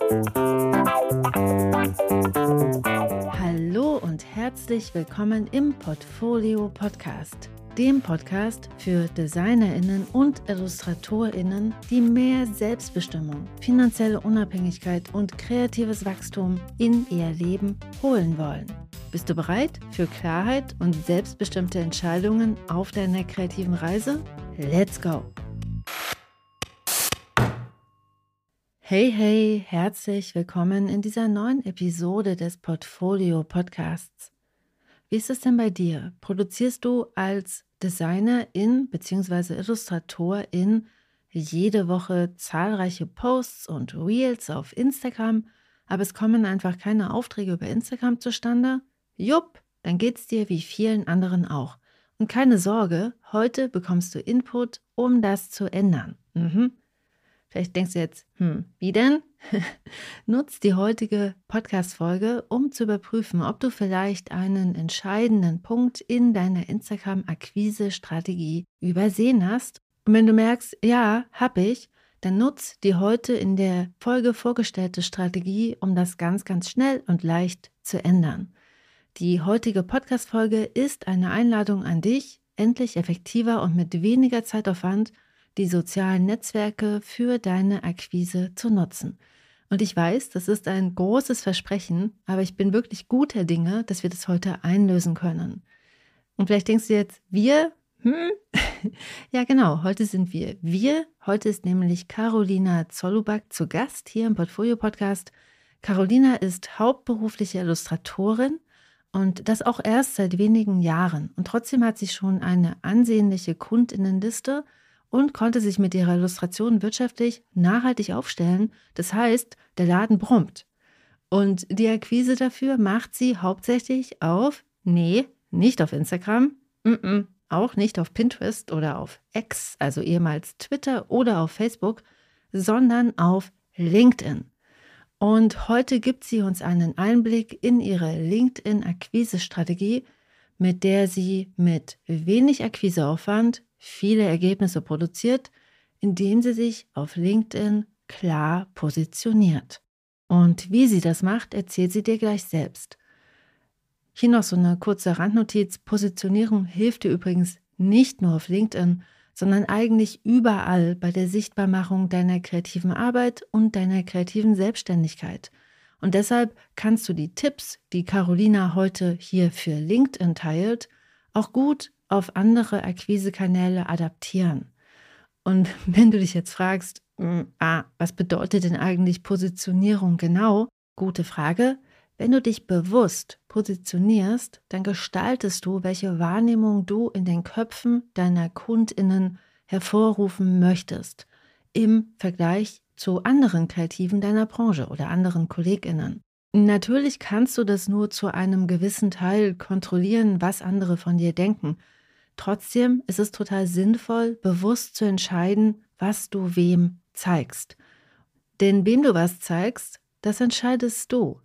Hallo und herzlich willkommen im Portfolio Podcast, dem Podcast für DesignerInnen und IllustratorInnen, die mehr Selbstbestimmung, finanzielle Unabhängigkeit und kreatives Wachstum in ihr Leben holen wollen. Bist du bereit für Klarheit und selbstbestimmte Entscheidungen auf deiner kreativen Reise? Let's go! Hey, herzlich willkommen in dieser neuen Episode des Portfolio Podcasts. Wie ist es denn bei dir? Produzierst du als Designerin bzw. Illustratorin jede Woche zahlreiche Posts und Reels auf Instagram, aber es kommen einfach keine Aufträge über Instagram zustande? Jupp, dann geht's dir wie vielen anderen auch. Und keine Sorge, heute bekommst du Input, um das zu ändern. Vielleicht denkst du jetzt, wie denn? Nutz die heutige Podcast-Folge, um zu überprüfen, ob du vielleicht einen entscheidenden Punkt in deiner Instagram-Akquise-Strategie übersehen hast. Und wenn du merkst, ja, hab ich, dann nutz die heute in der Folge vorgestellte Strategie, um das ganz, ganz schnell und leicht zu ändern. Die heutige Podcast-Folge ist eine Einladung an dich, endlich effektiver und mit weniger Zeitaufwand die sozialen Netzwerke für deine Akquise zu nutzen. Und ich weiß, das ist ein großes Versprechen, aber ich bin wirklich guter Dinge, dass wir das heute einlösen können. Und vielleicht denkst du jetzt, wir? Ja genau, heute sind wir. Heute ist nämlich Carolina Zollubak zu Gast hier im Portfolio-Podcast. Carolina ist hauptberufliche Illustratorin und das auch erst seit wenigen Jahren. Und trotzdem hat sie schon eine ansehnliche KundInnenliste und konnte sich mit ihrer Illustration wirtschaftlich nachhaltig aufstellen. Das heißt, der Laden brummt. Und die Akquise dafür macht sie hauptsächlich nicht auf Instagram, auch nicht auf Pinterest oder auf X, also ehemals Twitter oder auf Facebook, sondern auf LinkedIn. Und heute gibt sie uns einen Einblick in ihre LinkedIn-Akquise-Strategie, mit der sie mit wenig Akquiseaufwand viele Ergebnisse produziert, indem sie sich auf LinkedIn klar positioniert. Und wie sie das macht, erzählt sie dir gleich selbst. Hier noch so eine kurze Randnotiz. Positionierung hilft dir übrigens nicht nur auf LinkedIn, sondern eigentlich überall bei der Sichtbarmachung deiner kreativen Arbeit und deiner kreativen Selbstständigkeit. Und deshalb kannst du die Tipps, die Carolina heute hier für LinkedIn teilt, auch gut auf andere Akquisekanäle adaptieren. Und wenn du dich jetzt fragst, was bedeutet denn eigentlich Positionierung genau? Gute Frage. Wenn du dich bewusst positionierst, dann gestaltest du, welche Wahrnehmung du in den Köpfen deiner KundInnen hervorrufen möchtest, im Vergleich zu anderen Kreativen deiner Branche oder anderen KollegInnen. Natürlich kannst du das nur zu einem gewissen Teil kontrollieren, was andere von dir denken. Trotzdem ist es total sinnvoll, bewusst zu entscheiden, was du wem zeigst. Denn wem du was zeigst, das entscheidest du.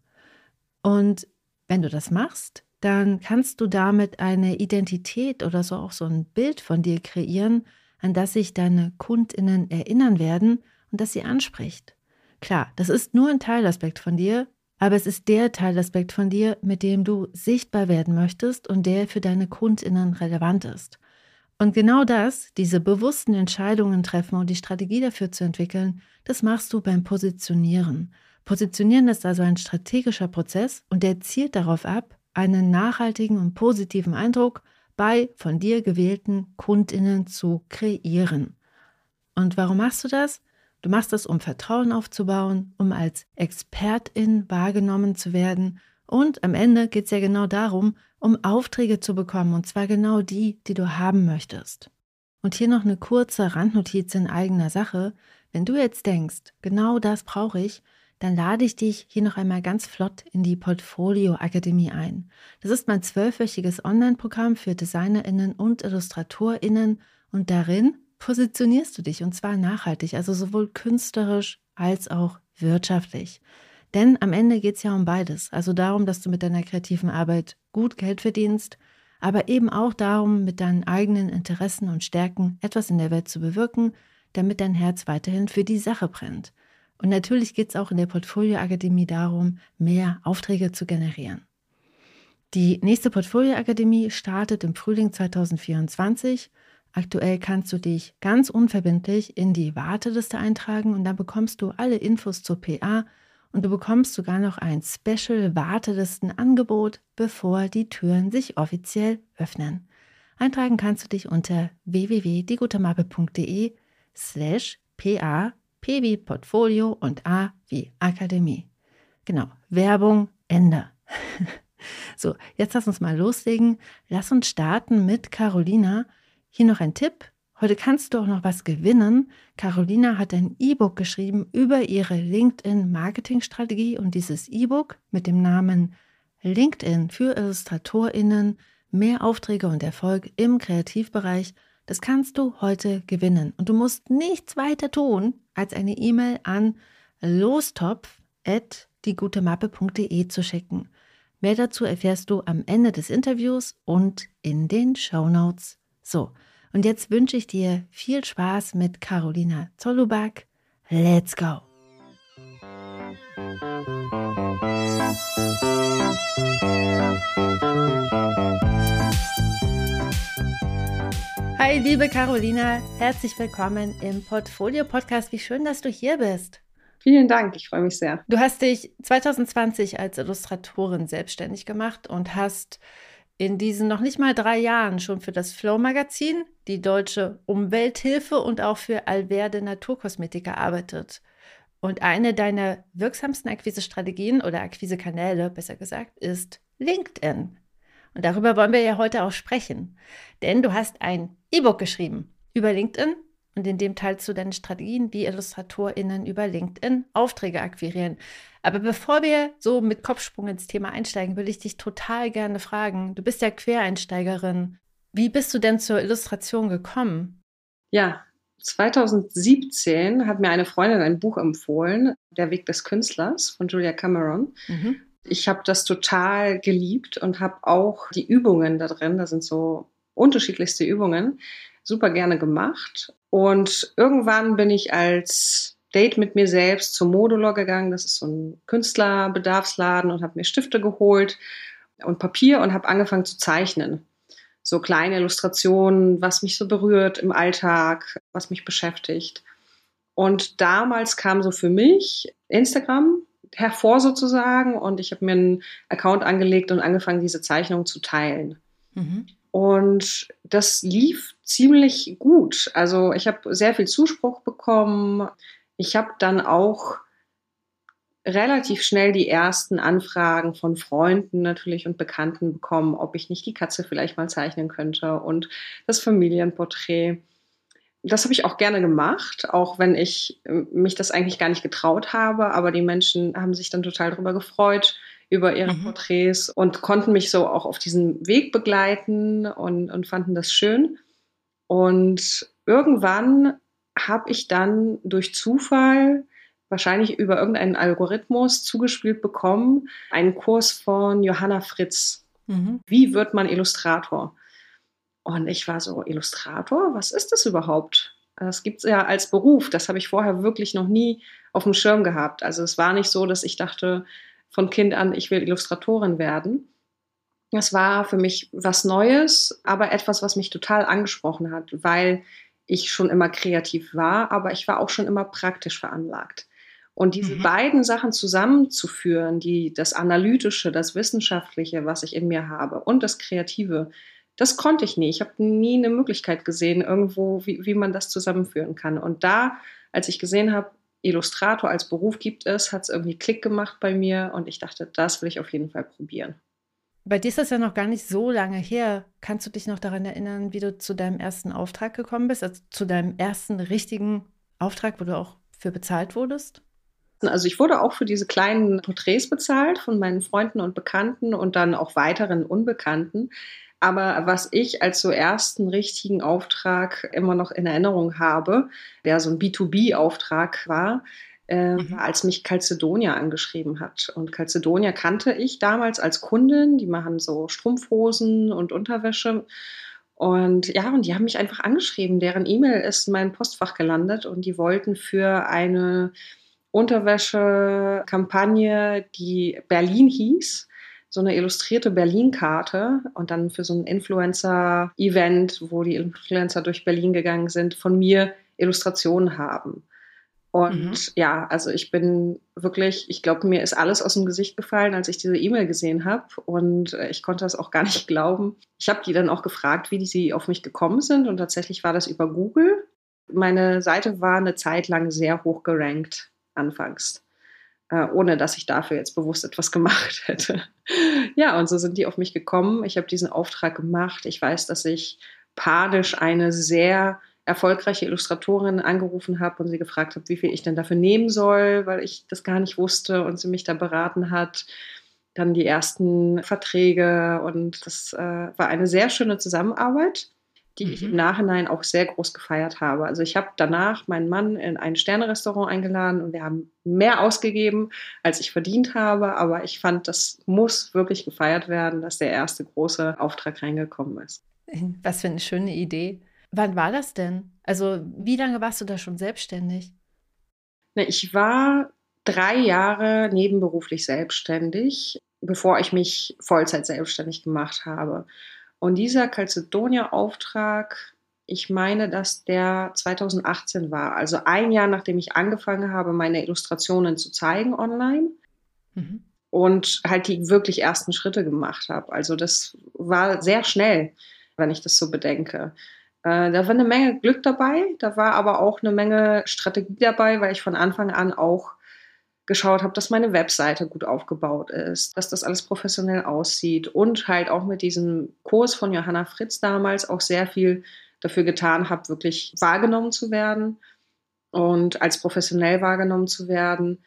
Und wenn du das machst, dann kannst du damit eine Identität oder so auch so ein Bild von dir kreieren, an das sich deine KundInnen erinnern werden und das sie anspricht. Klar, das ist nur ein Teilaspekt von dir, aber es ist der Teilaspekt von dir, mit dem du sichtbar werden möchtest und der für deine KundInnen relevant ist. Und genau das, diese bewussten Entscheidungen treffen und die Strategie dafür zu entwickeln, das machst du beim Positionieren. Positionieren ist also ein strategischer Prozess und der zielt darauf ab, einen nachhaltigen und positiven Eindruck bei von dir gewählten KundInnen zu kreieren. Und warum machst du das? Du machst das, um Vertrauen aufzubauen, um als Expertin wahrgenommen zu werden. Und am Ende geht es ja genau darum, um Aufträge zu bekommen, und zwar genau die du haben möchtest. Und hier noch eine kurze Randnotiz in eigener Sache. Wenn du jetzt denkst, genau das brauche ich, dann lade ich dich hier noch einmal ganz flott in die Portfolio Akademie ein. Das ist mein 12-wöchiges Online-Programm für DesignerInnen und IllustratorInnen und darin positionierst du dich und zwar nachhaltig, also sowohl künstlerisch als auch wirtschaftlich. Denn am Ende geht es ja um beides, also darum, dass du mit deiner kreativen Arbeit gut Geld verdienst, aber eben auch darum, mit deinen eigenen Interessen und Stärken etwas in der Welt zu bewirken, damit dein Herz weiterhin für die Sache brennt. Und natürlich geht es auch in der Portfolio-Akademie darum, mehr Aufträge zu generieren. Die nächste Portfolio-Akademie startet im Frühling 2024. Aktuell kannst du dich ganz unverbindlich in die Warteliste eintragen und dann bekommst du alle Infos zur PA und du bekommst sogar noch ein Special-Wartelistenangebot, bevor die Türen sich offiziell öffnen. Eintragen kannst du dich unter www.diegutemappe.de/PA, P wie Portfolio und A wie Akademie. Genau, Werbung, Ende. So, jetzt lass uns mal loslegen. Lass uns starten mit Carolina. Hier noch ein Tipp. Heute kannst du auch noch was gewinnen. Carolina hat ein E-Book geschrieben über ihre LinkedIn-Marketing-Strategie und dieses E-Book mit dem Namen LinkedIn für IllustratorInnen, mehr Aufträge und Erfolg im Kreativbereich. Das kannst du heute gewinnen. Und du musst nichts weiter tun, als eine E-Mail an lostopf@diegutemappe.de zu schicken. Mehr dazu erfährst du am Ende des Interviews und in den Shownotes. So, und jetzt wünsche ich dir viel Spaß mit Carolina Zollubak. Let's go! Hi, liebe Carolina, herzlich willkommen im Portfolio-Podcast. Wie schön, dass du hier bist. Vielen Dank, ich freue mich sehr. Du hast dich 2020 als Illustratorin selbstständig gemacht und hast in diesen noch nicht mal 3 Jahren schon für das Flow-Magazin, die Deutsche Umwelthilfe und auch für Alverde Naturkosmetik gearbeitet. Und eine deiner wirksamsten Akquise-Strategien oder Akquise-Kanäle, besser gesagt, ist LinkedIn. Und darüber wollen wir ja heute auch sprechen. Denn du hast ein E-Book geschrieben über LinkedIn. Und in dem teilst du deine Strategien, wie IllustratorInnen über LinkedIn Aufträge akquirieren. Aber bevor wir so mit Kopfsprung ins Thema einsteigen, will ich dich total gerne fragen. Du bist ja Quereinsteigerin. Wie bist du denn zur Illustration gekommen? Ja, 2017 hat mir eine Freundin ein Buch empfohlen, Der Weg des Künstlers von Julia Cameron. Ich habe das total geliebt und habe auch die Übungen da drin, da sind so unterschiedlichste Übungen, super gerne gemacht. Und irgendwann bin ich als Date mit mir selbst zum Modulor gegangen. Das ist so ein Künstlerbedarfsladen und habe mir Stifte geholt und Papier und habe angefangen zu zeichnen. So kleine Illustrationen, was mich so berührt im Alltag, was mich beschäftigt. Und damals kam so für mich Instagram hervor sozusagen und ich habe mir einen Account angelegt und angefangen, diese Zeichnungen zu teilen. Und das lief ziemlich gut. Also ich habe sehr viel Zuspruch bekommen. Ich habe dann auch relativ schnell die ersten Anfragen von Freunden natürlich und Bekannten bekommen, ob ich nicht die Katze vielleicht mal zeichnen könnte und das Familienporträt. Das habe ich auch gerne gemacht, auch wenn ich mich das eigentlich gar nicht getraut habe. Aber die Menschen haben sich dann total darüber gefreut, über ihre Porträts und konnten mich so auch auf diesen Weg begleiten und fanden das schön. Und irgendwann habe ich dann durch Zufall, wahrscheinlich über irgendeinen Algorithmus, zugespielt bekommen, einen Kurs von Johanna Fritz. Wie wird man Illustrator? Und ich war so, Illustrator? Was ist das überhaupt? Das gibt es ja als Beruf. Das habe ich vorher wirklich noch nie auf dem Schirm gehabt. Also es war nicht so, dass ich dachte von Kind an, ich will Illustratorin werden. Es war für mich was Neues, aber etwas, was mich total angesprochen hat, weil ich schon immer kreativ war, aber ich war auch schon immer praktisch veranlagt. Und diese beiden Sachen zusammenzuführen, das Analytische, das Wissenschaftliche, was ich in mir habe und das Kreative, das konnte ich nie. Ich habe nie eine Möglichkeit gesehen, irgendwo, wie man das zusammenführen kann. Und da, als ich gesehen habe, Illustrator als Beruf gibt es, hat es irgendwie Klick gemacht bei mir und ich dachte, das will ich auf jeden Fall probieren. Bei dir ist das ja noch gar nicht so lange her. Kannst du dich noch daran erinnern, wie du zu deinem ersten Auftrag gekommen bist? Also zu deinem ersten richtigen Auftrag, wo du auch für bezahlt wurdest? Also ich wurde auch für diese kleinen Porträts bezahlt von meinen Freunden und Bekannten und dann auch weiteren Unbekannten. Aber was ich als so ersten richtigen Auftrag immer noch in Erinnerung habe, der so ein B2B-Auftrag war, war, als mich Calzedonia angeschrieben hat. Und Calzedonia kannte ich damals als Kundin. Die machen so Strumpfhosen und Unterwäsche. Und ja, und die haben mich einfach angeschrieben. Deren E-Mail ist in meinem Postfach gelandet und die wollten für eine Unterwäsche-Kampagne, die Berlin hieß. So eine illustrierte Berlin-Karte und dann für so ein Influencer-Event, wo die Influencer durch Berlin gegangen sind, von mir Illustrationen haben. Und ja, also ich bin wirklich, ich glaube, mir ist alles aus dem Gesicht gefallen, als ich diese E-Mail gesehen habe. Und ich konnte das auch gar nicht glauben. Ich habe die dann auch gefragt, wie sie auf mich gekommen sind. Und tatsächlich war das über Google. Meine Seite war eine Zeit lang sehr hoch gerankt anfangs, ohne dass ich dafür jetzt bewusst etwas gemacht hätte. Ja, und so sind die auf mich gekommen. Ich habe diesen Auftrag gemacht. Ich weiß, dass ich panisch eine sehr erfolgreiche Illustratorin angerufen habe und sie gefragt habe, wie viel ich denn dafür nehmen soll, weil ich das gar nicht wusste und sie mich da beraten hat. Dann die ersten Verträge und das war eine sehr schöne Zusammenarbeit, die ich im Nachhinein auch sehr groß gefeiert habe. Also ich habe danach meinen Mann in ein Sterne-Restaurant eingeladen und wir haben mehr ausgegeben, als ich verdient habe, aber ich fand, das muss wirklich gefeiert werden, dass der erste große Auftrag reingekommen ist. Was für eine schöne Idee. Wann war das denn? Also, wie lange warst du da schon selbstständig? Ich war 3 Jahre nebenberuflich selbstständig, bevor ich mich Vollzeit selbstständig gemacht habe. Und dieser Calzedonia-Auftrag, ich meine, dass der 2018 war, also ein Jahr, nachdem ich angefangen habe, meine Illustrationen zu zeigen online und halt die wirklich ersten Schritte gemacht habe. Also das war sehr schnell, wenn ich das so bedenke. Da war eine Menge Glück dabei, da war aber auch eine Menge Strategie dabei, weil ich von Anfang an auch geschaut habe, dass meine Webseite gut aufgebaut ist, dass das alles professionell aussieht und halt auch mit diesem Kurs von Johanna Fritz damals auch sehr viel dafür getan habe, wirklich wahrgenommen zu werden und als professionell wahrgenommen zu werden,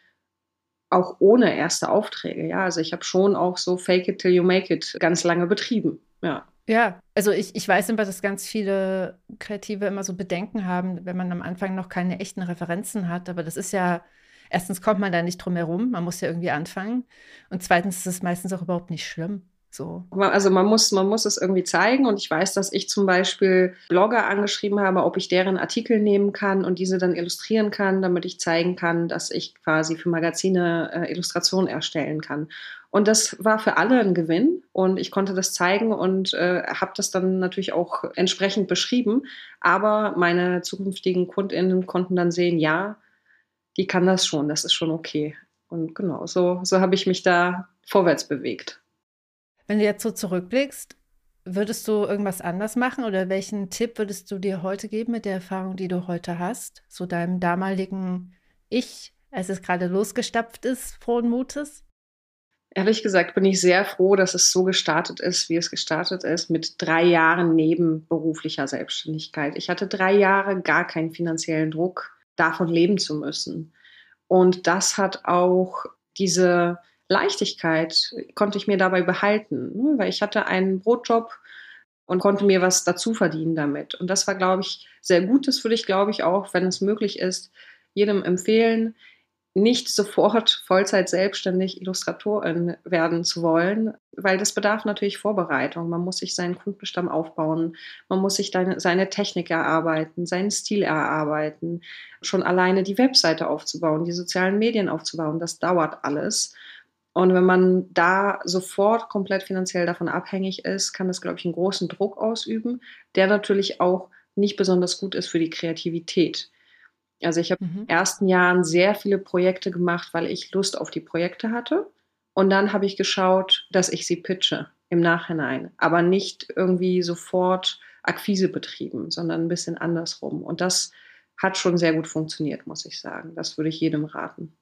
auch ohne erste Aufträge. Ja, also ich habe schon auch so Fake it till you make it ganz lange betrieben. Ja. Ja, also ich weiß immer, dass ganz viele Kreative immer so Bedenken haben, wenn man am Anfang noch keine echten Referenzen hat. Aber das ist ja, erstens kommt man da nicht drum herum, man muss ja irgendwie anfangen. Und zweitens ist es meistens auch überhaupt nicht schlimm. So. Also man muss es irgendwie zeigen und ich weiß, dass ich zum Beispiel Blogger angeschrieben habe, ob ich deren Artikel nehmen kann und diese dann illustrieren kann, damit ich zeigen kann, dass ich quasi für Magazine Illustrationen erstellen kann. Und das war für alle ein Gewinn und ich konnte das zeigen und habe das dann natürlich auch entsprechend beschrieben. Aber meine zukünftigen KundInnen konnten dann sehen, ja, die kann das schon, das ist schon okay. Und genau, so habe ich mich da vorwärts bewegt. Wenn du jetzt so zurückblickst, würdest du irgendwas anders machen oder welchen Tipp würdest du dir heute geben mit der Erfahrung, die du heute hast? So deinem damaligen Ich, als es gerade losgestapft ist, frohen Mutes? Ehrlich gesagt bin ich sehr froh, dass es so gestartet ist, wie es gestartet ist, mit 3 Jahren nebenberuflicher Selbstständigkeit. Ich hatte 3 Jahre gar keinen finanziellen Druck, davon leben zu müssen. Und das hat auch diese Leichtigkeit, konnte ich mir dabei behalten, weil ich hatte einen Brotjob und konnte mir was dazu verdienen damit. Und das war, glaube ich, sehr gut. Das würde ich, glaube ich, auch, wenn es möglich ist, jedem empfehlen, nicht sofort Vollzeit selbstständig Illustratorin werden zu wollen, weil das bedarf natürlich Vorbereitung. Man muss sich seinen Kundenstamm aufbauen, man muss sich seine Technik erarbeiten, seinen Stil erarbeiten, schon alleine die Webseite aufzubauen, die sozialen Medien aufzubauen, das dauert alles. Und wenn man da sofort komplett finanziell davon abhängig ist, kann das, glaube ich, einen großen Druck ausüben, der natürlich auch nicht besonders gut ist für die Kreativität. Also ich habe in den ersten Jahren sehr viele Projekte gemacht, weil ich Lust auf die Projekte hatte. Und dann habe ich geschaut, dass ich sie pitche im Nachhinein, aber nicht irgendwie sofort Akquise betrieben, sondern ein bisschen andersrum. Und das hat schon sehr gut funktioniert, muss ich sagen. Das würde ich jedem raten.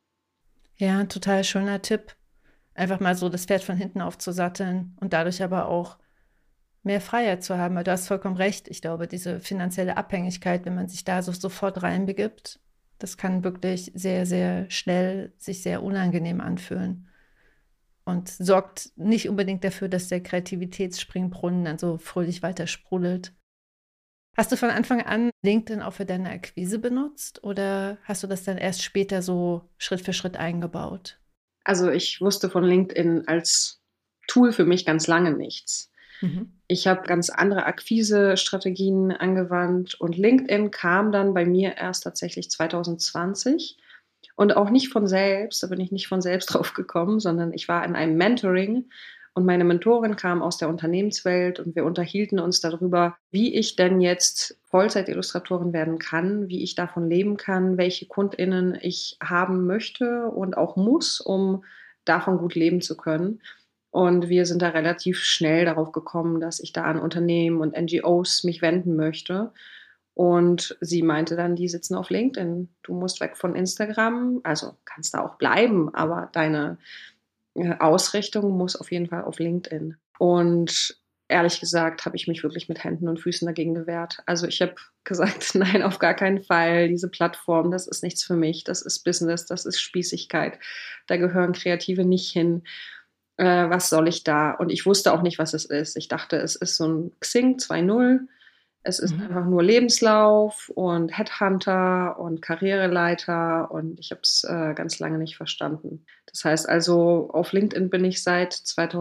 Ja, ein total schöner Tipp. Einfach mal so das Pferd von hinten aufzusatteln und dadurch aber auch mehr Freiheit zu haben. Weil du hast vollkommen recht. Ich glaube, diese finanzielle Abhängigkeit, wenn man sich da so sofort reinbegibt, das kann wirklich sehr, sehr schnell sich sehr unangenehm anfühlen und sorgt nicht unbedingt dafür, dass der Kreativitätsspringbrunnen dann so fröhlich weiter sprudelt. Hast du von Anfang an LinkedIn auch für deine Akquise benutzt oder hast du das dann erst später so Schritt für Schritt eingebaut? Also ich wusste von LinkedIn als Tool für mich ganz lange nichts. Ich habe ganz andere Akquise-Strategien angewandt und LinkedIn kam dann bei mir erst tatsächlich 2020. Und auch nicht von selbst, da bin ich nicht von selbst drauf gekommen, sondern ich war in einem Mentoring und meine Mentorin kam aus der Unternehmenswelt und wir unterhielten uns darüber, wie ich denn jetzt Vollzeit-Illustratorin werden kann, wie ich davon leben kann, welche KundInnen ich haben möchte und auch muss, um davon gut leben zu können. Und wir sind da relativ schnell darauf gekommen, dass ich da an Unternehmen und NGOs mich wenden möchte. Und sie meinte dann, die sitzen auf LinkedIn. Du musst weg von Instagram. Also kannst da auch bleiben, aber deine Ausrichtung muss auf jeden Fall auf LinkedIn. Und ehrlich gesagt habe ich mich wirklich mit Händen und Füßen dagegen gewehrt. Also ich habe gesagt, nein, auf gar keinen Fall. Diese Plattform, das ist nichts für mich. Das ist Business, das ist Spießigkeit. Da gehören Kreative nicht hin. Was soll ich da? Und ich wusste auch nicht, was es ist. Ich dachte, es ist so ein Xing 2.0. Es ist einfach nur Lebenslauf und Headhunter und Karriereleiter und ich habe es ganz lange nicht verstanden. Das heißt also, auf LinkedIn bin ich seit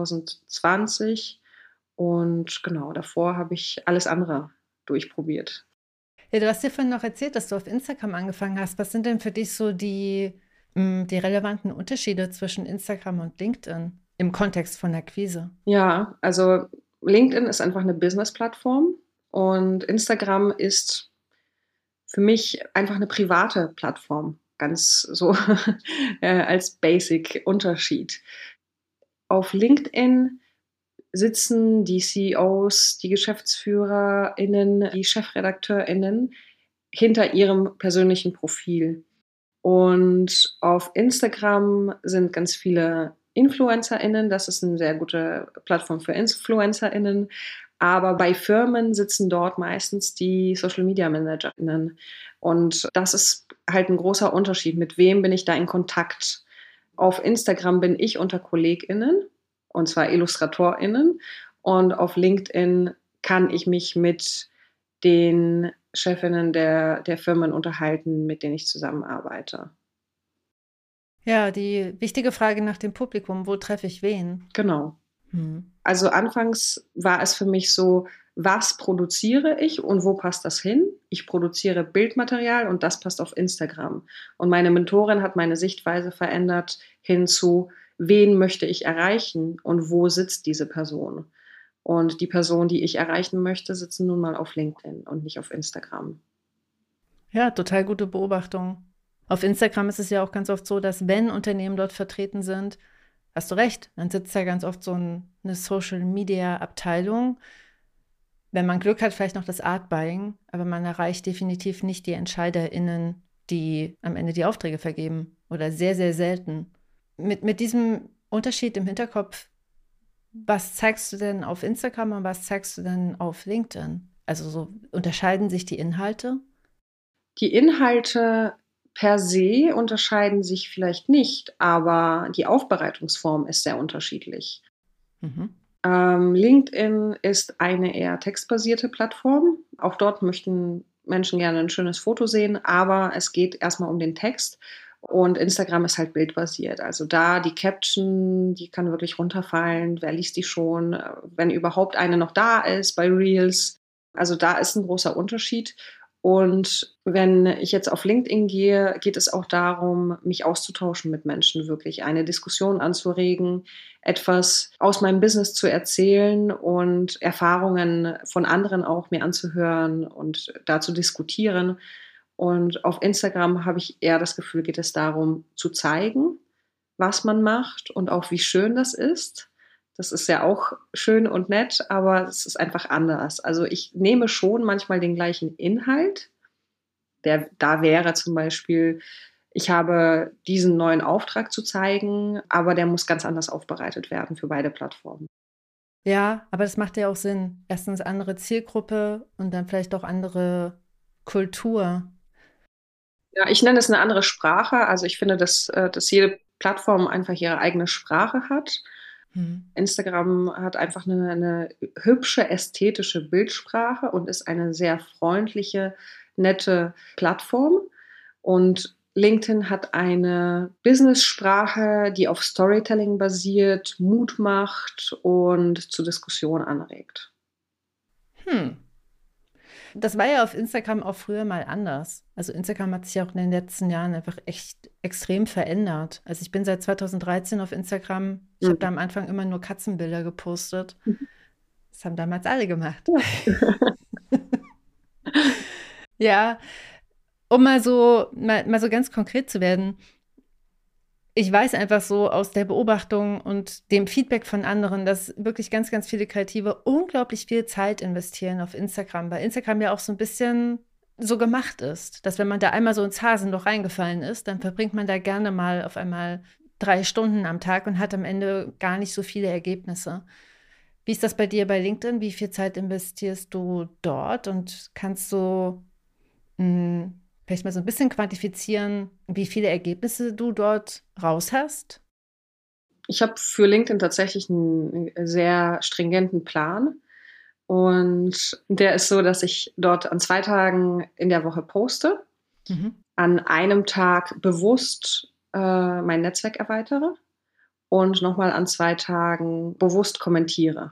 2020 und genau, davor habe ich alles andere durchprobiert. Ja, du hast dir vorhin noch erzählt, dass du auf Instagram angefangen hast. Was sind denn für dich so die relevanten Unterschiede zwischen Instagram und LinkedIn im Kontext von Akquise? Ja, also LinkedIn ist einfach eine Business-Plattform und Instagram ist für mich einfach eine private Plattform, ganz so als Basic-Unterschied. Auf LinkedIn sitzen die CEOs, die GeschäftsführerInnen, die ChefredakteurInnen hinter ihrem persönlichen Profil. Und auf Instagram sind ganz viele InfluencerInnen. Das ist eine sehr gute Plattform für InfluencerInnen. Aber bei Firmen sitzen dort meistens die Social Media ManagerInnen. Und das ist halt ein großer Unterschied. Mit wem bin ich da in Kontakt? Auf Instagram bin ich unter KollegInnen, und zwar IllustratorInnen. Und auf LinkedIn kann ich mich mit den Chefinnen der Firmen unterhalten, mit denen ich zusammenarbeite. Ja, die wichtige Frage nach dem Publikum, wo treffe ich wen? Genau. Also anfangs war es für mich so, was produziere ich und wo passt das hin? Ich produziere Bildmaterial und das passt auf Instagram. Und meine Mentorin hat meine Sichtweise verändert hin zu, wen möchte ich erreichen und wo sitzt diese Person? Und die Person, die ich erreichen möchte, sitzen nun mal auf LinkedIn und nicht auf Instagram. Ja, total gute Beobachtung. Auf Instagram ist es ja auch ganz oft so, dass wenn Unternehmen dort vertreten sind, hast du recht, dann sitzt da ganz oft so eine Social-Media-Abteilung. Wenn man Glück hat, vielleicht noch das Art-Buying, aber man erreicht definitiv nicht die EntscheiderInnen, die am Ende die Aufträge vergeben oder sehr, sehr selten. Mit diesem Unterschied im Hinterkopf, was zeigst du denn auf Instagram und was zeigst du denn auf LinkedIn? Also so unterscheiden sich die Inhalte? Die Inhalte per se unterscheiden sich vielleicht nicht, aber die Aufbereitungsform ist sehr unterschiedlich. LinkedIn ist eine eher textbasierte Plattform. Auch dort möchten Menschen gerne ein schönes Foto sehen, aber es geht erstmal um den Text. Und Instagram ist halt bildbasiert. Also da die Caption, die kann wirklich runterfallen. Wer liest die schon? Wenn überhaupt eine noch da ist bei Reels. Also da ist ein großer Unterschied. Und wenn ich jetzt auf LinkedIn gehe, geht es auch darum, mich auszutauschen mit Menschen, wirklich eine Diskussion anzuregen, etwas aus meinem Business zu erzählen und Erfahrungen von anderen auch mir anzuhören und da zu diskutieren. Und auf Instagram habe ich eher das Gefühl, geht es darum, zu zeigen, was man macht und auch wie schön das ist. Das ist ja auch schön und nett, aber es ist einfach anders. Also ich nehme schon manchmal den gleichen Inhalt. Da wäre zum Beispiel, ich habe diesen neuen Auftrag zu zeigen, aber der muss ganz anders aufbereitet werden für beide Plattformen. Ja, aber das macht ja auch Sinn. Erstens andere Zielgruppe und dann vielleicht auch andere Kultur. Ja, ich nenne es eine andere Sprache. Also ich finde, dass jede Plattform einfach ihre eigene Sprache hat. Instagram hat einfach eine hübsche, ästhetische Bildsprache und ist eine sehr freundliche, nette Plattform. Und LinkedIn hat eine Business-Sprache, die auf Storytelling basiert, Mut macht und zur Diskussion anregt. Das war ja auf Instagram auch früher mal anders. Also Instagram hat sich ja auch in den letzten Jahren einfach echt extrem verändert. Also ich bin seit 2013 auf Instagram. Ich habe da am Anfang immer nur Katzenbilder gepostet. Das haben damals alle gemacht. Ja. Ja, um mal so ganz konkret zu werden. Ich weiß einfach so aus der Beobachtung und dem Feedback von anderen, dass wirklich ganz, ganz viele Kreative unglaublich viel Zeit investieren auf Instagram, weil Instagram ja auch so ein bisschen so gemacht ist, dass wenn man da einmal so ins Hasenloch reingefallen ist, dann verbringt man da gerne mal auf einmal 3 Stunden am Tag und hat am Ende gar nicht so viele Ergebnisse. Wie ist das bei dir bei LinkedIn? Wie viel Zeit investierst du dort und kannst du vielleicht mal so ein bisschen quantifizieren, wie viele Ergebnisse du dort raus hast? Ich habe für LinkedIn tatsächlich einen sehr stringenten Plan. Und der ist so, dass ich dort an 2 Tagen in der Woche poste, an einem Tag bewusst mein Netzwerk erweitere und nochmal an 2 Tagen bewusst kommentiere.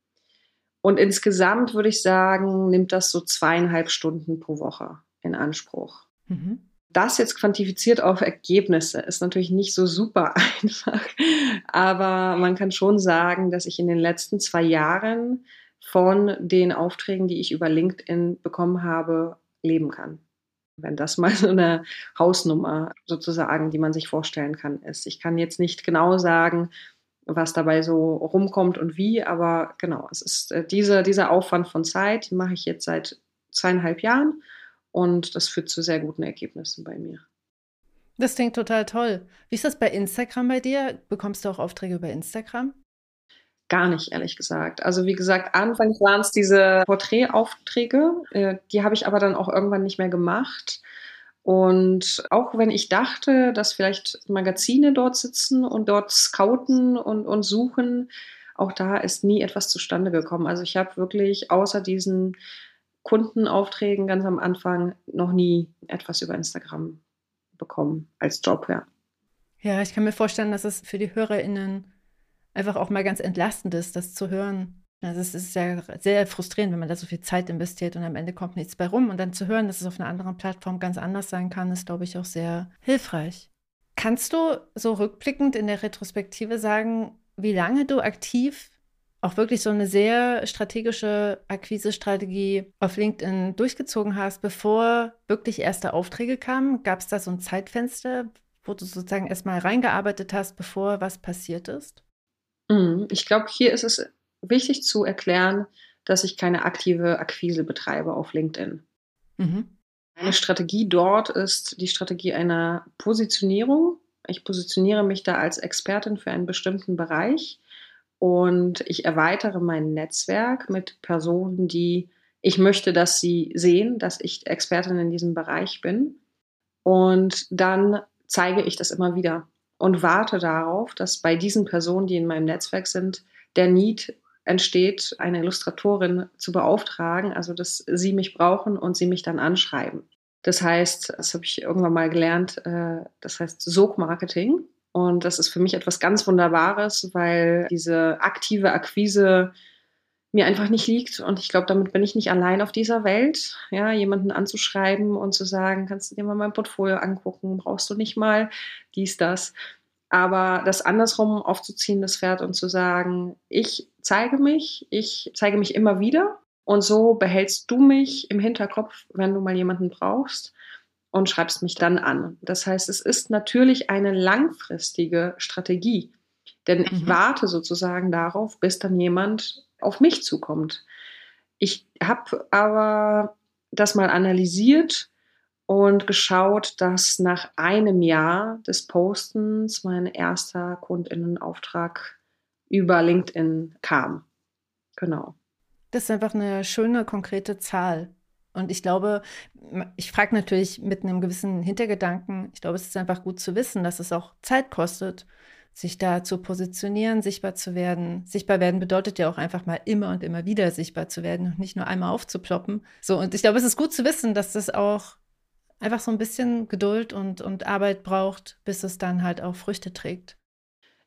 Und insgesamt würde ich sagen, nimmt das so 2,5 Stunden pro Woche in Anspruch. Das jetzt quantifiziert auf Ergebnisse ist natürlich nicht so super einfach, aber man kann schon sagen, dass ich in den letzten 2 Jahren von den Aufträgen, die ich über LinkedIn bekommen habe, leben kann. Wenn das mal so eine Hausnummer sozusagen, die man sich vorstellen kann, ist. Ich kann jetzt nicht genau sagen, was dabei so rumkommt und wie, aber genau, es ist dieser Aufwand von Zeit, den mache ich jetzt seit 2,5 Jahren und das führt zu sehr guten Ergebnissen bei mir. Das klingt total toll. Wie ist das bei Instagram bei dir? Bekommst du auch Aufträge über Instagram? Gar nicht, ehrlich gesagt. Also wie gesagt, anfangs waren es diese Porträtaufträge, die habe ich aber dann auch irgendwann nicht mehr gemacht. Und auch wenn ich dachte, dass vielleicht Magazine dort sitzen und dort scouten und suchen, auch da ist nie etwas zustande gekommen. Also ich habe wirklich außer diesen Kundenaufträgen ganz am Anfang noch nie etwas über Instagram bekommen als Job, ja. Ja, ich kann mir vorstellen, dass es für die HörerInnen einfach auch mal ganz entlastend ist, das zu hören. Also es ist ja sehr frustrierend, wenn man da so viel Zeit investiert und am Ende kommt nichts bei rum. Und dann zu hören, dass es auf einer anderen Plattform ganz anders sein kann, ist, glaube ich, auch sehr hilfreich. Kannst du so rückblickend in der Retrospektive sagen, wie lange du aktiv auch wirklich so eine sehr strategische Akquise-Strategie auf LinkedIn durchgezogen hast, bevor wirklich erste Aufträge kamen? Gab es da so ein Zeitfenster, wo du sozusagen erstmal reingearbeitet hast, bevor was passiert ist? Ich glaube, hier ist es wichtig zu erklären, dass ich keine aktive Akquise betreibe auf LinkedIn. Meine Strategie dort ist die Strategie einer Positionierung. Ich positioniere mich da als Expertin für einen bestimmten Bereich und ich erweitere mein Netzwerk mit Personen, die ich möchte, dass sie sehen, dass ich Expertin in diesem Bereich bin. Und dann zeige ich das immer wieder und warte darauf, dass bei diesen Personen, die in meinem Netzwerk sind, der Need entsteht, eine Illustratorin zu beauftragen, also dass sie mich brauchen und sie mich dann anschreiben. Das heißt, das habe ich irgendwann mal gelernt, das heißt Sog-Marketing. Und das ist für mich etwas ganz Wunderbares, weil diese aktive Akquise mir einfach nicht liegt. Und ich glaube, damit bin ich nicht allein auf dieser Welt. Ja, jemanden anzuschreiben und zu sagen, kannst du dir mal mein Portfolio angucken, brauchst du nicht mal dies, das. Aber das andersrum aufzuziehen, das Pferd und zu sagen, ich zeige mich immer wieder. Und so behältst du mich im Hinterkopf, wenn du mal jemanden brauchst und schreibst mich dann an. Das heißt, es ist natürlich eine langfristige Strategie, denn ich warte sozusagen darauf, bis dann jemand auf mich zukommt. Ich habe aber das mal analysiert und geschaut, dass nach einem Jahr des Postens mein erster KundInnenauftrag über LinkedIn kam. Genau. Das ist einfach eine schöne, konkrete Zahl. Und ich glaube, ich frage natürlich mit einem gewissen Hintergedanken, ich glaube, es ist einfach gut zu wissen, dass es auch Zeit kostet, sich da zu positionieren, sichtbar zu werden. Sichtbar werden bedeutet ja auch einfach mal immer und immer wieder sichtbar zu werden und nicht nur einmal aufzuploppen. So, und ich glaube, es ist gut zu wissen, dass das auch einfach so ein bisschen Geduld und Arbeit braucht, bis es dann halt auch Früchte trägt.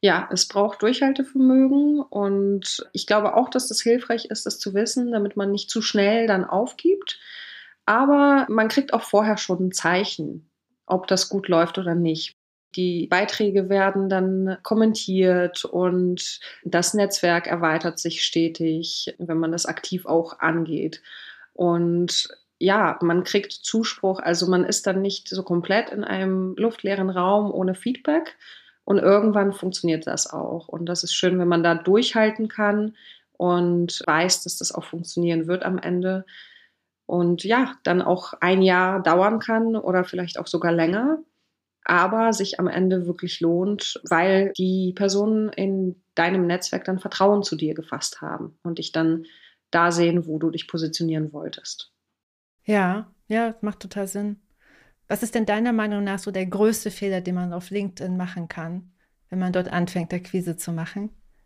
Ja, es braucht Durchhaltevermögen und ich glaube auch, dass das hilfreich ist, das zu wissen, damit man nicht zu schnell dann aufgibt. Aber man kriegt auch vorher schon ein Zeichen, ob das gut läuft oder nicht. Die Beiträge werden dann kommentiert und das Netzwerk erweitert sich stetig, wenn man das aktiv auch angeht. Und ja, man kriegt Zuspruch, also man ist dann nicht so komplett in einem luftleeren Raum ohne Feedback. Und irgendwann funktioniert das auch. Und das ist schön, wenn man da durchhalten kann und weiß, dass das auch funktionieren wird am Ende. Und ja, dann auch ein Jahr dauern kann oder vielleicht auch sogar länger, aber sich am Ende wirklich lohnt, weil die Personen in deinem Netzwerk dann Vertrauen zu dir gefasst haben und dich dann da sehen, wo du dich positionieren wolltest. Ja, ja, macht total Sinn. Was ist denn deiner Meinung nach so der größte Fehler, den man auf LinkedIn machen kann, wenn man dort anfängt, Akquise zu machen?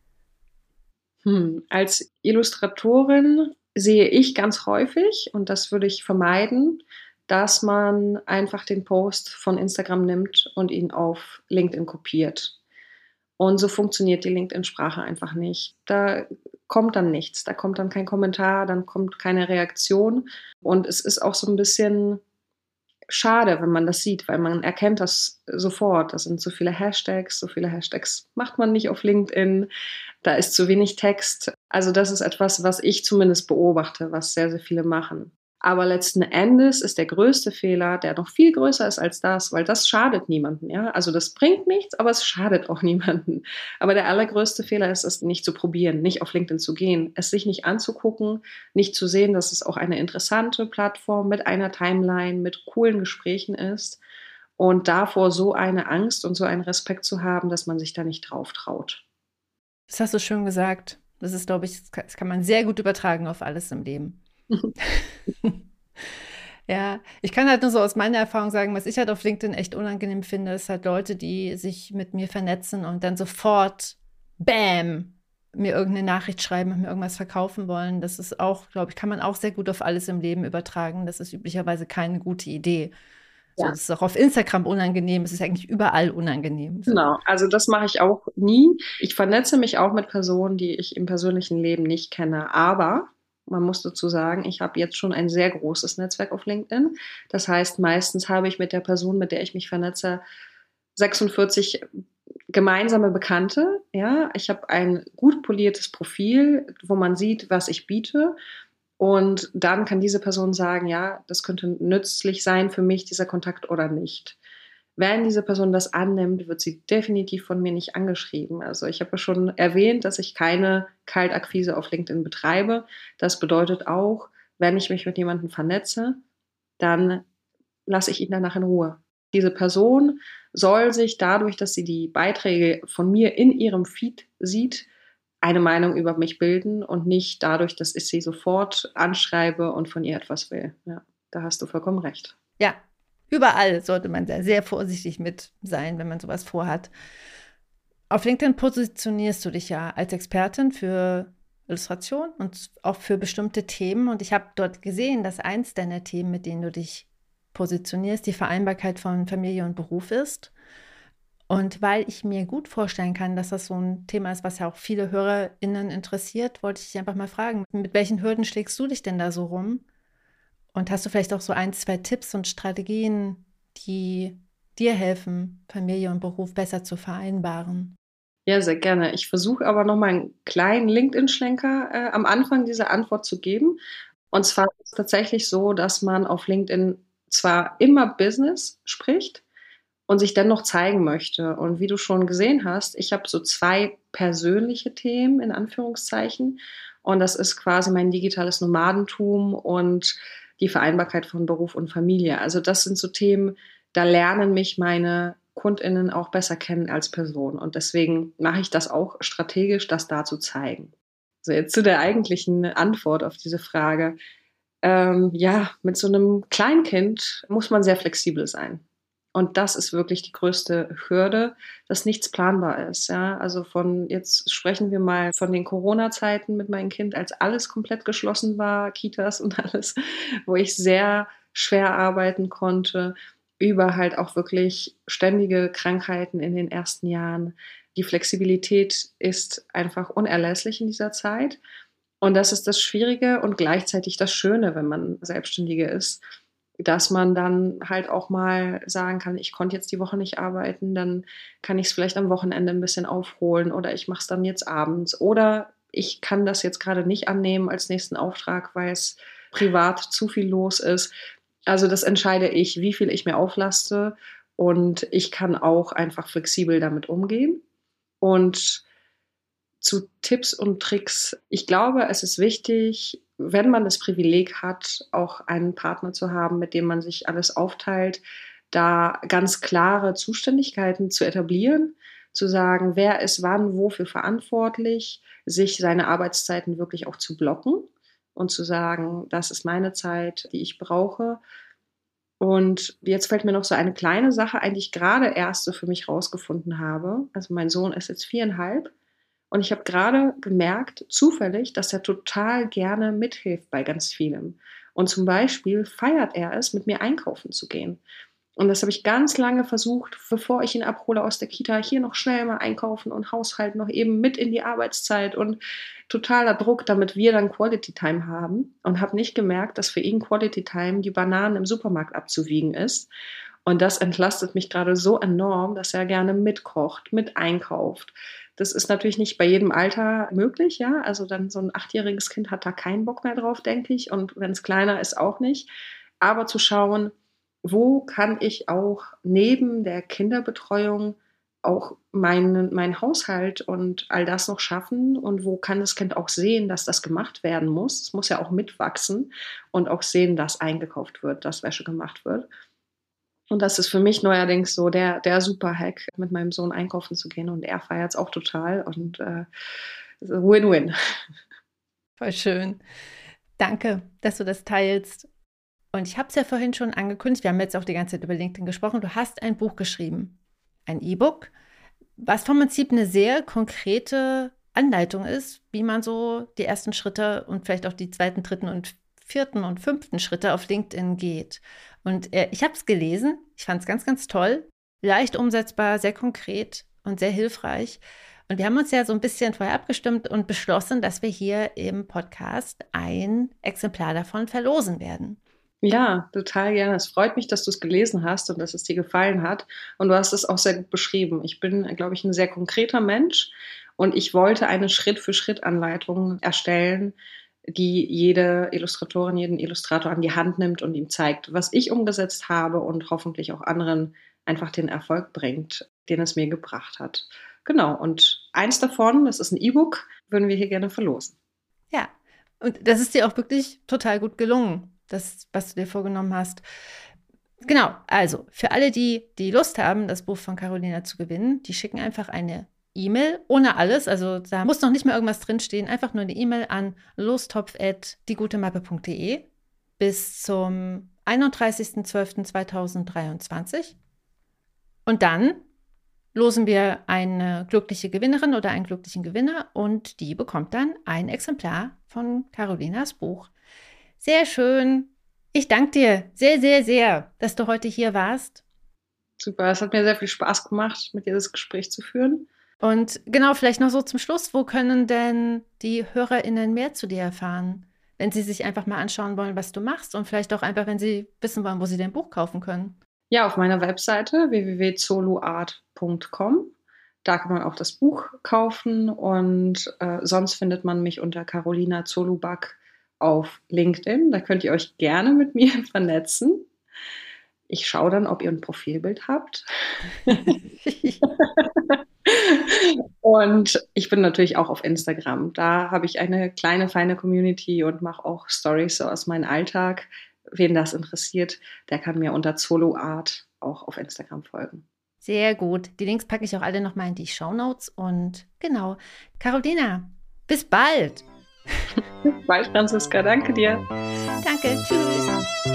Als Illustratorin sehe ich ganz häufig, und das würde ich vermeiden, dass man einfach den Post von Instagram nimmt und ihn auf LinkedIn kopiert. Und so funktioniert die LinkedIn-Sprache einfach nicht. Da kommt dann nichts, da kommt dann kein Kommentar, dann kommt keine Reaktion. Und es ist auch so ein bisschen schade, wenn man das sieht, weil man erkennt das sofort. Das sind so viele Hashtags macht man nicht auf LinkedIn, da ist zu wenig Text. Also das ist etwas, was ich zumindest beobachte, was sehr, sehr viele machen. Aber letzten Endes ist der größte Fehler, der noch viel größer ist als das, weil das schadet niemanden, ja. Also das bringt nichts, aber es schadet auch niemanden. Aber der allergrößte Fehler ist es, nicht zu probieren, nicht auf LinkedIn zu gehen, es sich nicht anzugucken, nicht zu sehen, dass es auch eine interessante Plattform mit einer Timeline, mit coolen Gesprächen ist und davor so eine Angst und so einen Respekt zu haben, dass man sich da nicht drauf traut. Das hast du schön gesagt. Das ist, glaube ich, das kann man sehr gut übertragen auf alles im Leben. Ja, ich kann halt nur so aus meiner Erfahrung sagen, was ich halt auf LinkedIn echt unangenehm finde, ist halt Leute, die sich mit mir vernetzen und dann sofort, bam, mir irgendeine Nachricht schreiben und mir irgendwas verkaufen wollen. Das ist auch, glaube ich, kann man auch sehr gut auf alles im Leben übertragen. Das ist üblicherweise keine gute Idee. So, Ja. das ist auch auf Instagram unangenehm. Es ist eigentlich überall unangenehm. So. Genau, also das mache ich auch nie. Ich vernetze mich auch mit Personen, die ich im persönlichen Leben nicht kenne. Aber man muss dazu sagen, ich habe jetzt schon ein sehr großes Netzwerk auf LinkedIn. Das heißt, meistens habe ich mit der Person, mit der ich mich vernetze, 46 gemeinsame Bekannte. Ja, ich habe ein gut poliertes Profil, wo man sieht, was ich biete. Und dann kann diese Person sagen, ja, das könnte nützlich sein für mich, dieser Kontakt oder nicht. Wenn diese Person das annimmt, wird sie definitiv von mir nicht angeschrieben. Also ich habe ja schon erwähnt, dass ich keine Kaltakquise auf LinkedIn betreibe. Das bedeutet auch, wenn ich mich mit jemandem vernetze, dann lasse ich ihn danach in Ruhe. Diese Person soll sich dadurch, dass sie die Beiträge von mir in ihrem Feed sieht, eine Meinung über mich bilden und nicht dadurch, dass ich sie sofort anschreibe und von ihr etwas will. Ja, da hast du vollkommen recht. Ja, überall sollte man sehr, sehr vorsichtig mit sein, wenn man sowas vorhat. Auf LinkedIn positionierst du dich ja als Expertin für Illustration und auch für bestimmte Themen. Und ich habe dort gesehen, dass eins deiner Themen, mit denen du dich positionierst, die Vereinbarkeit von Familie und Beruf ist. Und weil ich mir gut vorstellen kann, dass das so ein Thema ist, was ja auch viele HörerInnen interessiert, wollte ich dich einfach mal fragen, mit welchen Hürden schlägst du dich denn da so rum? Und hast du vielleicht auch so ein, zwei Tipps und Strategien, die dir helfen, Familie und Beruf besser zu vereinbaren? Ja, sehr gerne. Ich versuche aber noch mal einen kleinen LinkedIn-Schlenker am Anfang dieser Antwort zu geben. Und zwar ist es tatsächlich so, dass man auf LinkedIn zwar immer Business spricht und sich dennoch zeigen möchte. Und wie du schon gesehen hast, ich habe so zwei persönliche Themen in Anführungszeichen. Und das ist quasi mein digitales Nomadentum und die Vereinbarkeit von Beruf und Familie. Also das sind so Themen, da lernen mich meine KundInnen auch besser kennen als Person. Und deswegen mache ich das auch strategisch, das da zu zeigen. So, jetzt zu der eigentlichen Antwort auf diese Frage. Ja, mit so einem Kleinkind muss man sehr flexibel sein. Und das ist wirklich die größte Hürde, dass nichts planbar ist. Ja? Also jetzt sprechen wir mal von den Corona-Zeiten mit meinem Kind, als alles komplett geschlossen war, Kitas und alles, wo ich sehr schwer arbeiten konnte. über halt auch wirklich ständige Krankheiten in den ersten Jahren. Die Flexibilität ist einfach unerlässlich in dieser Zeit. Und das ist das Schwierige und gleichzeitig das Schöne, wenn man Selbstständige ist, dass man dann halt auch mal sagen kann, ich konnte jetzt die Woche nicht arbeiten, dann kann ich es vielleicht am Wochenende ein bisschen aufholen oder ich mache es dann jetzt abends oder ich kann das jetzt gerade nicht annehmen als nächsten Auftrag, weil es privat zu viel los ist. Also das entscheide ich, wie viel ich mir auflaste und ich kann auch einfach flexibel damit umgehen. Und zu Tipps und Tricks. Ich glaube, es ist wichtig, wenn man das Privileg hat, auch einen Partner zu haben, mit dem man sich alles aufteilt, da ganz klare Zuständigkeiten zu etablieren, zu sagen, wer ist wann, wofür verantwortlich, sich seine Arbeitszeiten wirklich auch zu blocken und zu sagen, das ist meine Zeit, die ich brauche. Und jetzt fällt mir noch so eine kleine Sache ein, die ich gerade erst so für mich rausgefunden habe. Also mein Sohn ist jetzt 4,5 und ich habe gerade gemerkt, zufällig, dass er total gerne mithilft bei ganz vielem. Und zum Beispiel feiert er es, mit mir einkaufen zu gehen. Und das habe ich ganz lange versucht, bevor ich ihn abhole aus der Kita, hier noch schnell mal einkaufen und Haushalt noch eben mit in die Arbeitszeit und totaler Druck, damit wir dann Quality Time haben und habe nicht gemerkt, dass für ihn Quality Time die Bananen im Supermarkt abzuwiegen ist. Und das entlastet mich gerade so enorm, dass er gerne mitkocht, mit einkauft. Das ist natürlich nicht bei jedem Alter möglich, ja. Also dann so ein 8-jähriges Kind hat da keinen Bock mehr drauf, denke ich. Und wenn es kleiner ist, auch nicht. Aber zu schauen, wo kann ich auch neben der Kinderbetreuung auch meinen Haushalt und all das noch schaffen und wo kann das Kind auch sehen, dass das gemacht werden muss. Es muss ja auch mitwachsen und auch sehen, dass eingekauft wird, dass Wäsche gemacht wird. Und das ist für mich neuerdings so der Super-Hack, mit meinem Sohn einkaufen zu gehen und er feiert es auch total und Win-Win. Voll schön. Danke, dass du das teilst. Und ich habe es ja vorhin schon angekündigt, wir haben jetzt auch die ganze Zeit über LinkedIn gesprochen, du hast ein Buch geschrieben, ein E-Book, was vom Prinzip eine sehr konkrete Anleitung ist, wie man so die ersten Schritte und vielleicht auch die zweiten, dritten und vierten und fünften Schritte auf LinkedIn geht. Und ich habe es gelesen, ich fand es ganz, ganz toll, leicht umsetzbar, sehr konkret und sehr hilfreich. Und wir haben uns ja so ein bisschen vorher abgestimmt und beschlossen, dass wir hier im Podcast ein Exemplar davon verlosen werden. Ja, total gerne. Es freut mich, dass du es gelesen hast und dass es dir gefallen hat. Und du hast es auch sehr gut beschrieben. Ich bin, glaube ich, ein sehr konkreter Mensch und ich wollte eine Schritt-für-Schritt-Anleitung erstellen, die jede Illustratorin, jeden Illustrator an die Hand nimmt und ihm zeigt, was ich umgesetzt habe und hoffentlich auch anderen einfach den Erfolg bringt, den es mir gebracht hat. Genau, und eins davon, das ist ein E-Book, würden wir hier gerne verlosen. Ja, und das ist dir auch wirklich total gut gelungen, das, was du dir vorgenommen hast. Genau, also für alle, die Lust haben, das Buch von Carolina zu gewinnen, die schicken einfach eine E-Mail ohne alles, also da muss noch nicht mehr irgendwas drinstehen, einfach nur eine E-Mail an lostopf@diegutemappe.de bis zum 31.12.2023 und dann losen wir eine glückliche Gewinnerin oder einen glücklichen Gewinner und die bekommt dann ein Exemplar von Carolinas Buch. Sehr schön. Ich danke dir sehr, sehr, sehr, dass du heute hier warst. Super, es hat mir sehr viel Spaß gemacht, mit dir das Gespräch zu führen. Und genau, vielleicht noch so zum Schluss, wo können denn die HörerInnen mehr zu dir erfahren, wenn sie sich einfach mal anschauen wollen, was du machst und vielleicht auch einfach, wenn sie wissen wollen, wo sie dein Buch kaufen können? Ja, auf meiner Webseite www.zoluart.com. Da kann man auch das Buch kaufen und sonst findet man mich unter Carolina Zoluback auf LinkedIn. Da könnt ihr euch gerne mit mir vernetzen. Ich schaue dann, ob ihr ein Profilbild habt. Und ich bin natürlich auch auf Instagram. Da habe ich eine kleine, feine Community und mache auch Stories so aus meinem Alltag. Wen das interessiert, der kann mir unter Zoluart auch auf Instagram folgen. Sehr gut. Die Links packe ich auch alle nochmal in die Shownotes. Und genau, Carolina, bis bald. Bis bald, Franziska. Danke dir. Danke. Tschüss.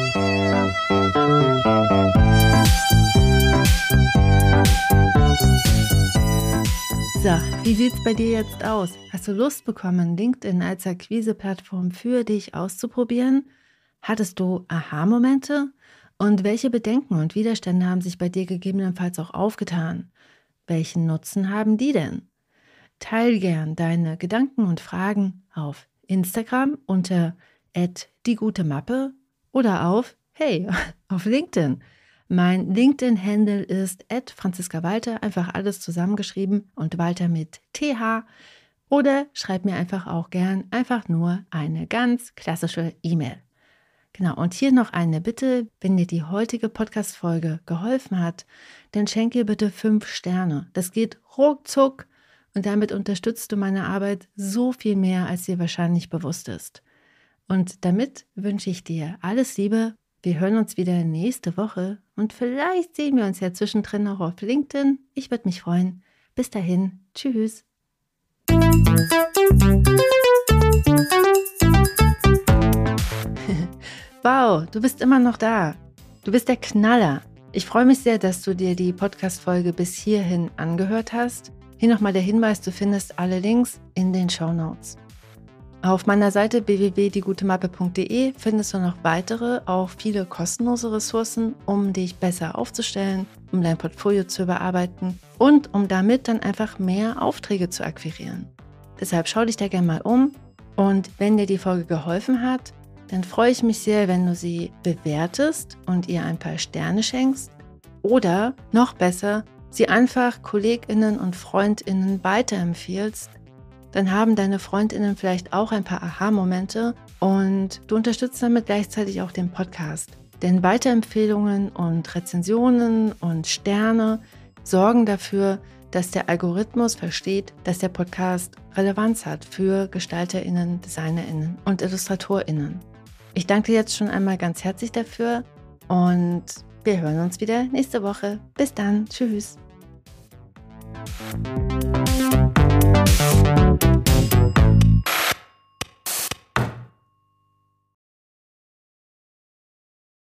So, wie sieht's bei dir jetzt aus? Hast du Lust bekommen, LinkedIn als Akquise-Plattform für dich auszuprobieren? Hattest du Aha-Momente? Und welche Bedenken und Widerstände haben sich bei dir gegebenenfalls auch aufgetan? Welchen Nutzen haben die denn? Teil gern deine Gedanken und Fragen auf Instagram unter @diegutemappe oder auf LinkedIn. Mein LinkedIn-Handle ist @franziskawalter, einfach alles zusammengeschrieben und Walter mit TH. Oder schreib mir einfach auch gern einfach nur eine ganz klassische E-Mail. Genau, und hier noch eine Bitte, wenn dir die heutige Podcast-Folge geholfen hat, dann schenk ihr bitte 5 Sterne. Das geht ruckzuck und damit unterstützt du meine Arbeit so viel mehr, als dir wahrscheinlich bewusst ist. Und damit wünsche ich dir alles Liebe. Wir hören uns wieder nächste Woche und vielleicht sehen wir uns ja zwischendrin auch auf LinkedIn. Ich würde mich freuen. Bis dahin, tschüss. Wow, du bist immer noch da. Du bist der Knaller. Ich freue mich sehr, dass du dir die Podcast-Folge bis hierhin angehört hast. Hier nochmal der Hinweis, du findest alle Links in den Shownotes. Auf meiner Seite www.diegutemappe.de findest du noch weitere, auch viele kostenlose Ressourcen, um dich besser aufzustellen, um dein Portfolio zu überarbeiten und um damit dann einfach mehr Aufträge zu akquirieren. Deshalb schau dich da gerne mal um und wenn dir die Folge geholfen hat, dann freue ich mich sehr, wenn du sie bewertest und ihr ein paar Sterne schenkst oder noch besser, sie einfach KollegInnen und FreundInnen weiterempfiehlst. Dann haben deine FreundInnen vielleicht auch ein paar Aha-Momente und du unterstützt damit gleichzeitig auch den Podcast. Denn Weiterempfehlungen und Rezensionen und Sterne sorgen dafür, dass der Algorithmus versteht, dass der Podcast Relevanz hat für GestalterInnen, DesignerInnen und IllustratorInnen. Ich danke dir jetzt schon einmal ganz herzlich dafür und wir hören uns wieder nächste Woche. Bis dann. Tschüss.